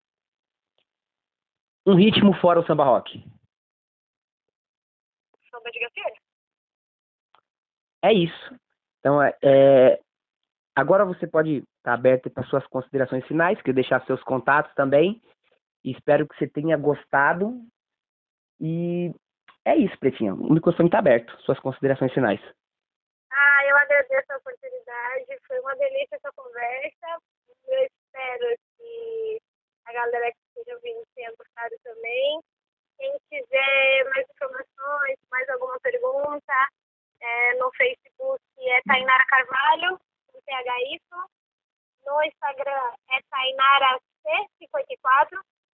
Um ritmo fora o samba rock. Samba de Gafieira. É isso. Então, é, é, agora você pode estar aberto para suas considerações finais, que eu deixar seus contatos também. E espero que você tenha gostado. E é isso, Pretinha. O microfone está aberto. Suas considerações finais. Ah, eu agradeço a oportunidade. Foi uma delícia essa conversa. Eu espero que a galera que esteja ouvindo tenha gostado também. Quem quiser mais informações, mais alguma pergunta, é, no Facebook é Tainara Carvalho, com T H Y. No Instagram é Tainara C cinquenta e quatro.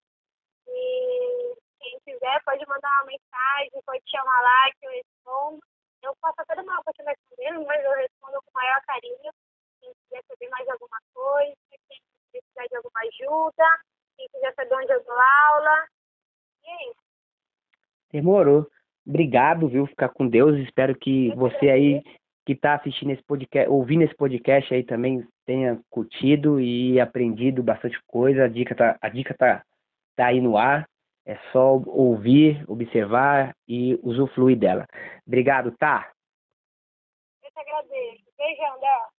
E quem quiser pode mandar uma mensagem, pode chamar lá que eu respondo. Eu posso até demorar um pouquinho mais respondendo, mas eu respondo com o maior carinho. Quem quiser saber mais alguma coisa, quem precisar de alguma ajuda, quem quiser saber onde eu dou aula. E é isso. Demorou. Obrigado, viu? Ficar com Deus. Espero que você aí que está assistindo esse podcast, ouvindo esse podcast aí também tenha curtido e aprendido bastante coisa. A dica tá, a dica tá, tá aí no ar. É só ouvir, observar e usufruir dela. Obrigado, tá? Eu te agradeço. Beijão, Del.